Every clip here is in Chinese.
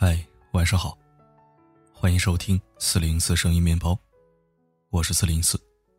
嗨，晚上好，欢迎收听404声音面包，我是404。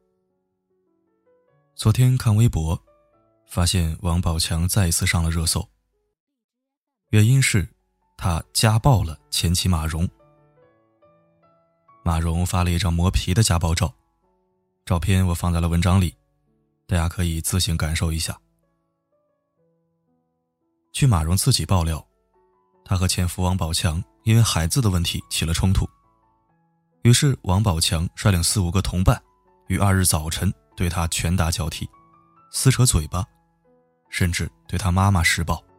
昨天看微博，发现王宝强再一次上了热搜，原因是他家暴了前妻马蓉。马蓉发了一张磨皮的家暴照，照片我放在了文章里，大家可以自行感受一下。据马蓉自己爆料，她和前夫王宝强因为孩子的问题起了冲突，于是王宝强率领4-5个同伴于2日早晨对她拳打脚踢，撕扯嘴巴，甚至对她妈妈施暴。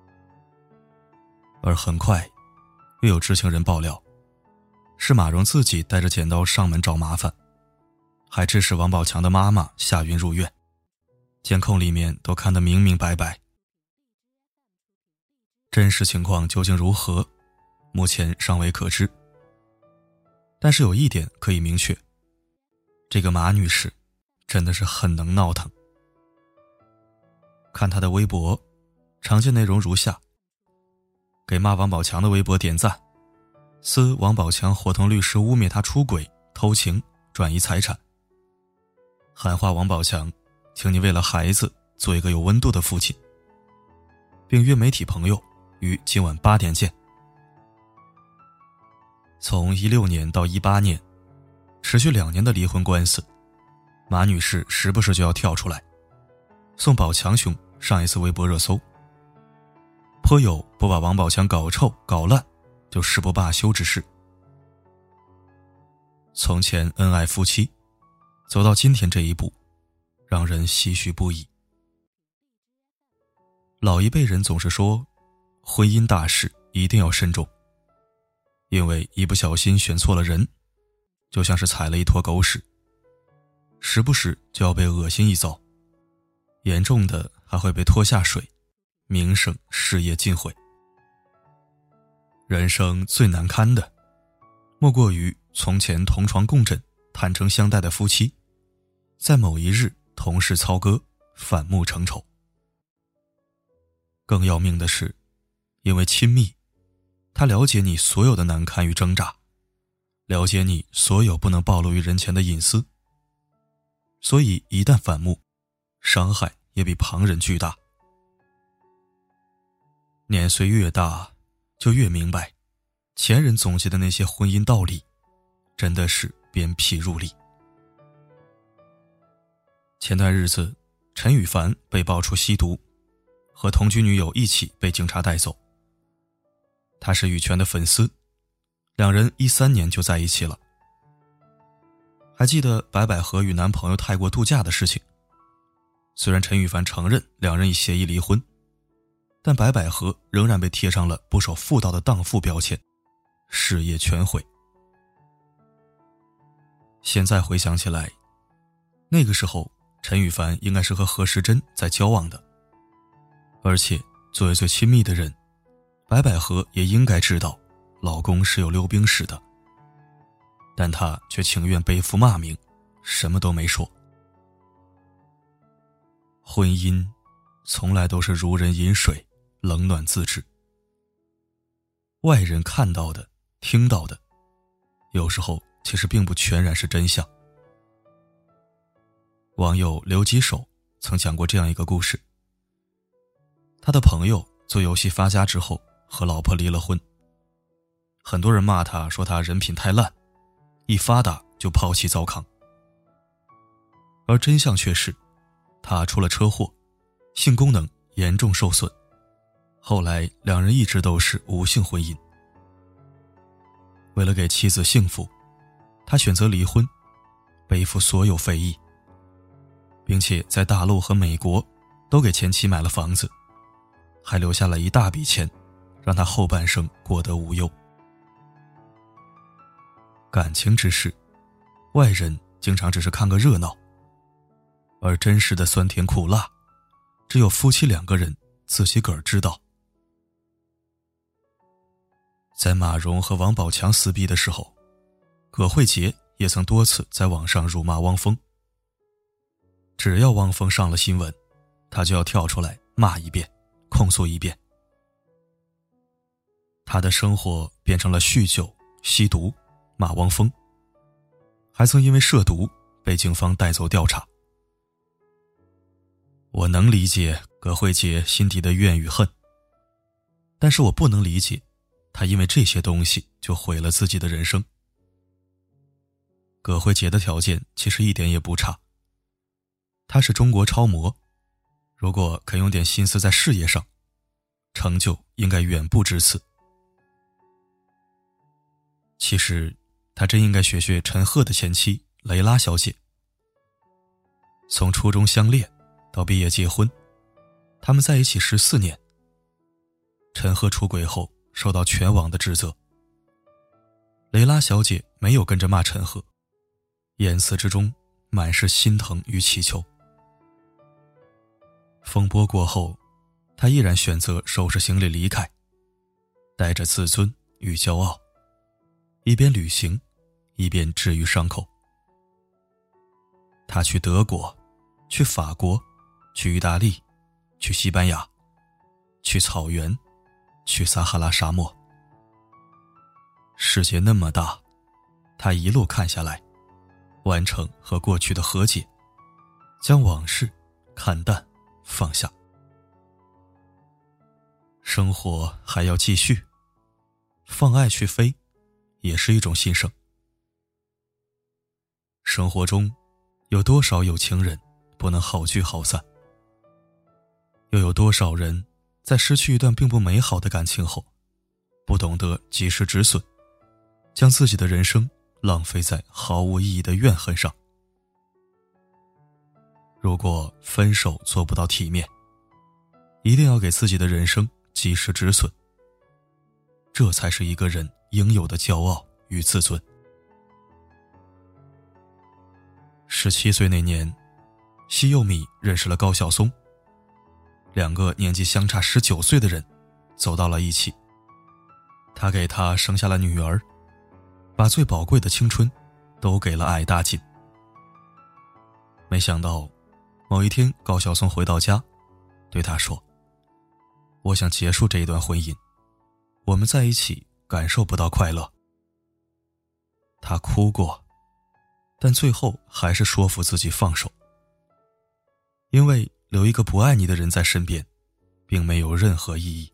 而很快又有知情人爆料，是马蓉自己带着剪刀上门找麻烦，还致使王宝强的妈妈下孕入院，监控里面都看得明明白白。真实情况究竟如何，目前尚未可知。但是有一点可以明确，这个马女士真的是很能闹腾。看她的微博，常见内容如下：给骂王宝强的微博点赞，撕王宝强伙同律师污蔑他出轨、偷情、转移财产，喊话王宝强，请你为了孩子做一个有温度的父亲，并约媒体朋友于今晚8点见。从16年到18年，持续2年的离婚官司，马女士时不时就要跳出来，送宝强兄上一次微博热搜，颇有不把王宝强搞臭搞烂就誓不罢休之势。从前恩爱夫妻，走到今天这一步，让人唏嘘不已。老一辈人总是说，婚姻大事一定要慎重，因为一不小心选错了人，就像是踩了一坨狗屎，时不时就要被恶心一遭，严重的还会被拖下水，名声事业尽毁。人生最难堪的，莫过于从前同床共枕、坦诚相待的夫妻，在某一日同室操戈，反目成仇。更要命的是，因为亲密，他了解你所有的难堪与挣扎，了解你所有不能暴露于人前的隐私，所以一旦反目，伤害也比旁人巨大。年岁越大，就越明白，前人总结的那些婚姻道理，真的是鞭辟入里。前段日子，陈羽凡被爆出吸毒，和同居女友一起被警察带走。他是羽泉的粉丝，2人13年就在一起了。还记得白百合与男朋友泰国度假的事情，虽然陈羽凡承认2人已协议离婚，但白百合仍然被贴上了不守妇道的荡妇标签，事业全毁。现在回想起来，那个时候陈羽凡应该是和何时珍在交往的，而且作为最亲密的人，白百合也应该知道老公是有溜冰史的，但她却情愿背负骂名，什么都没说。婚姻从来都是如人饮水，冷暖自知。外人看到的、听到的，有时候其实并不全然是真相。网友刘吉手曾讲过这样一个故事，他的朋友做游戏发家之后和老婆离了婚，很多人骂他说他人品太烂，一发达就抛弃糟糠。而真相却是，他出了车祸，性功能严重受损，后来2人一直都是无性婚姻。为了给妻子幸福，他选择离婚，背负所有非议，并且在大陆和美国都给前妻买了房子，还留下了一大笔钱，让他后半生过得无忧。感情之事，外人经常只是看个热闹，而真实的酸甜苦辣，只有夫妻2个人自己个儿知道。在马蓉和王宝强撕逼的时候，葛慧杰也曾多次在网上辱骂汪峰。只要汪峰上了新闻，他就要跳出来骂一遍，控诉一遍。 他的生活变成了酗酒、吸毒、马汪峰，还曾因为涉毒被警方带走调查。我能理解葛慧杰心底的怨与恨，但是我不能理解他因为这些东西就毁了自己的人生。葛慧杰的条件其实一点也不差，他是中国超模，如果肯用点心思在事业上，成就应该远不止此。其实他真应该学学陈赫的前妻雷拉小姐。从初中相恋到毕业结婚，他们在一起14年。陈赫出轨后受到全网的指责，雷拉小姐没有跟着骂陈赫，言辞之中满是心疼与祈求。风波过后，他依然选择收拾行李离开，带着自尊与骄傲，一边旅行一边治愈伤口。他去德国，去法国，去意大利，去西班牙，去草原，去撒哈拉沙漠。世界那么大，他一路看下来，完成和过去的和解，将往事看淡放下。生活还要继续，放爱去飞也是一种牺牲。生活中有多少有情人不能好聚好散，又有多少人在失去一段并不美好的感情后，不懂得及时止损，将自己的人生浪费在毫无意义的怨恨上。如果分手做不到体面，一定要给自己的人生及时止损，这才是一个人应有的骄傲与自尊。17岁那年，西柚米认识了高晓松，两个年纪相差19岁的人走到了一起。他给他生下了女儿，把最宝贵的青春都给了矮大紧。没想到某一天，高晓松回到家对他说，我想结束这一段婚姻，我们在一起感受不到快乐。他哭过，但最后还是说服自己放手，因为留一个不爱你的人在身边并没有任何意义。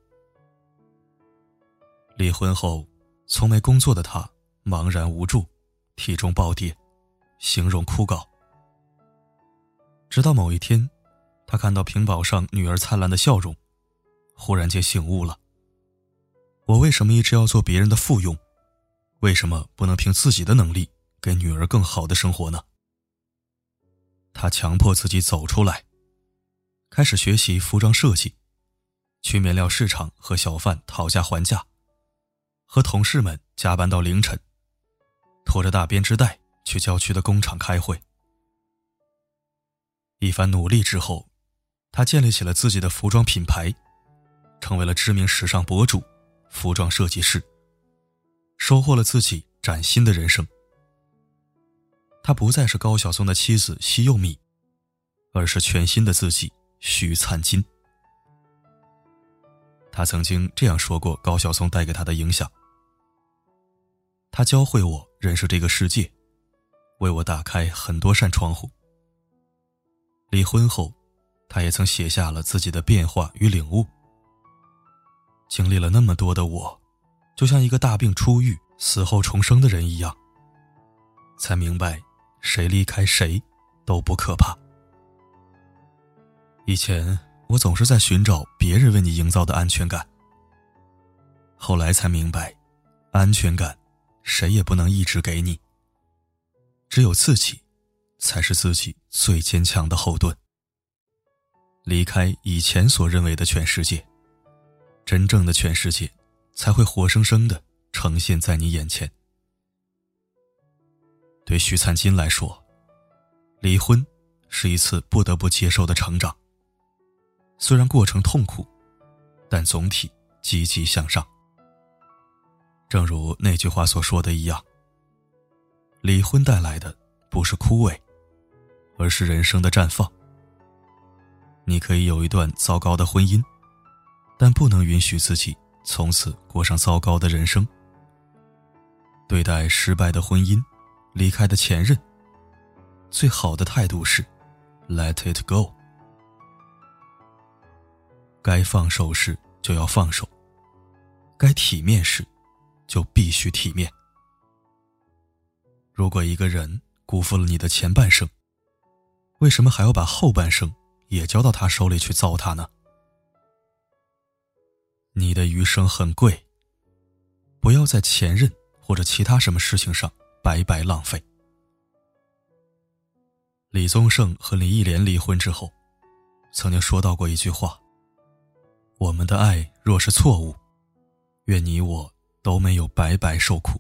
离婚后从没工作的他茫然无助，体重暴跌，形容枯槁。直到某一天，他看到屏保上女儿灿烂的笑容，忽然间醒悟了，我为什么一直要做别人的附庸？为什么不能凭自己的能力给女儿更好的生活呢？他强迫自己走出来，开始学习服装设计，去面料市场和小贩讨价还价，和同事们加班到凌晨，拖着大编织袋去郊区的工厂开会。一番努力之后，他建立起了自己的服装品牌，成为了知名时尚博主、服装设计师，收获了自己崭新的人生。她不再是高晓松的妻子西柚米，而是全新的自己徐灿金。他曾经这样说过高晓松带给他的影响，他教会我认识这个世界，为我打开很多扇窗户。离婚后，他也曾写下了自己的变化与领悟。经历了那么多的我，就像一个大病初愈、死后重生的人一样，才明白谁离开谁都不可怕。以前我总是在寻找别人为你营造的安全感，后来才明白，安全感谁也不能一直给你，只有自己才是自己最坚强的后盾。离开以前所认为的全世界，真正的全世界才会活生生地呈现在你眼前。对徐灿金来说，离婚是一次不得不接受的成长，虽然过程痛苦，但总体积极向上。正如那句话所说的一样，离婚带来的不是枯萎，而是人生的绽放。你可以有一段糟糕的婚姻，但不能允许自己从此过上糟糕的人生。对待失败的婚姻，离开的前任，最好的态度是 Let it go。 该放手时就要放手，该体面时就必须体面。如果一个人辜负了你的前半生，为什么还要把后半生也交到他手里去糟蹋呢？你的余生很贵，不要在前任或者其他什么事情上白白浪费。李宗盛和李忆莲离婚之后，曾经说到过一句话：我们的爱若是错误，愿你我都没有白白受苦。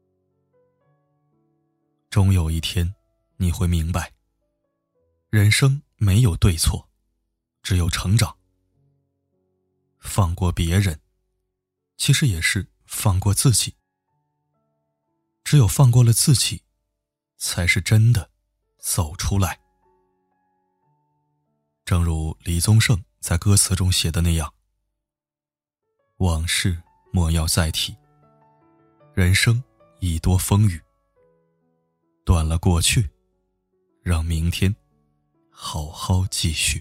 终有一天你会明白，人生没有对错，只有成长。放过别人，其实也是放过自己。只有放过了自己，才是真的走出来。正如李宗盛在歌词中写的那样，往事莫要再提，人生已多风雨，断了过去，让明天好好继续。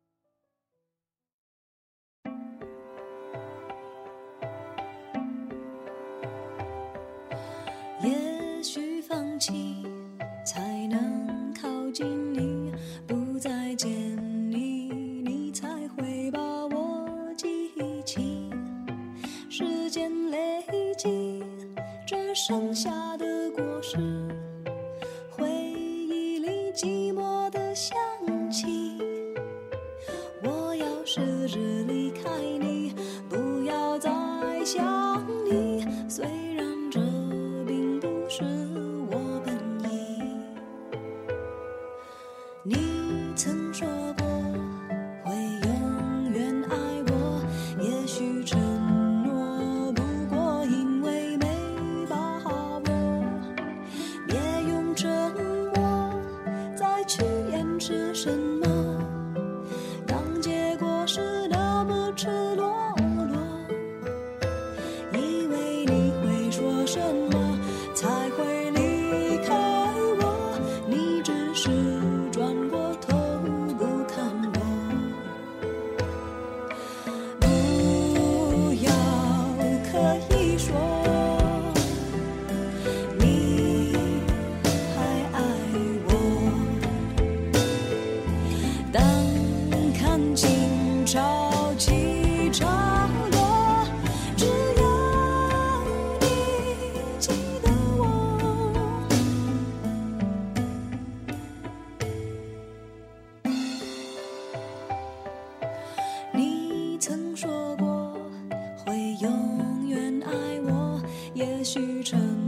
也许放弃才能靠近你，不再见你，你才会把我记起。时间累积，只剩下的果实，回忆里寂寞的香气。我要试着离开你，不要再想你，虽然这并不是我本意。你曾说过会永远爱我，也许承诺不过因为没把握。别用沉默再去掩饰什么，当结果是那么赤裸裸。以为你会说什么才会离开我，你只是转过头不看我。不要刻意说你还爱我，当看清潮起潮落，只要你记得我。你曾说过会永远爱我，也许承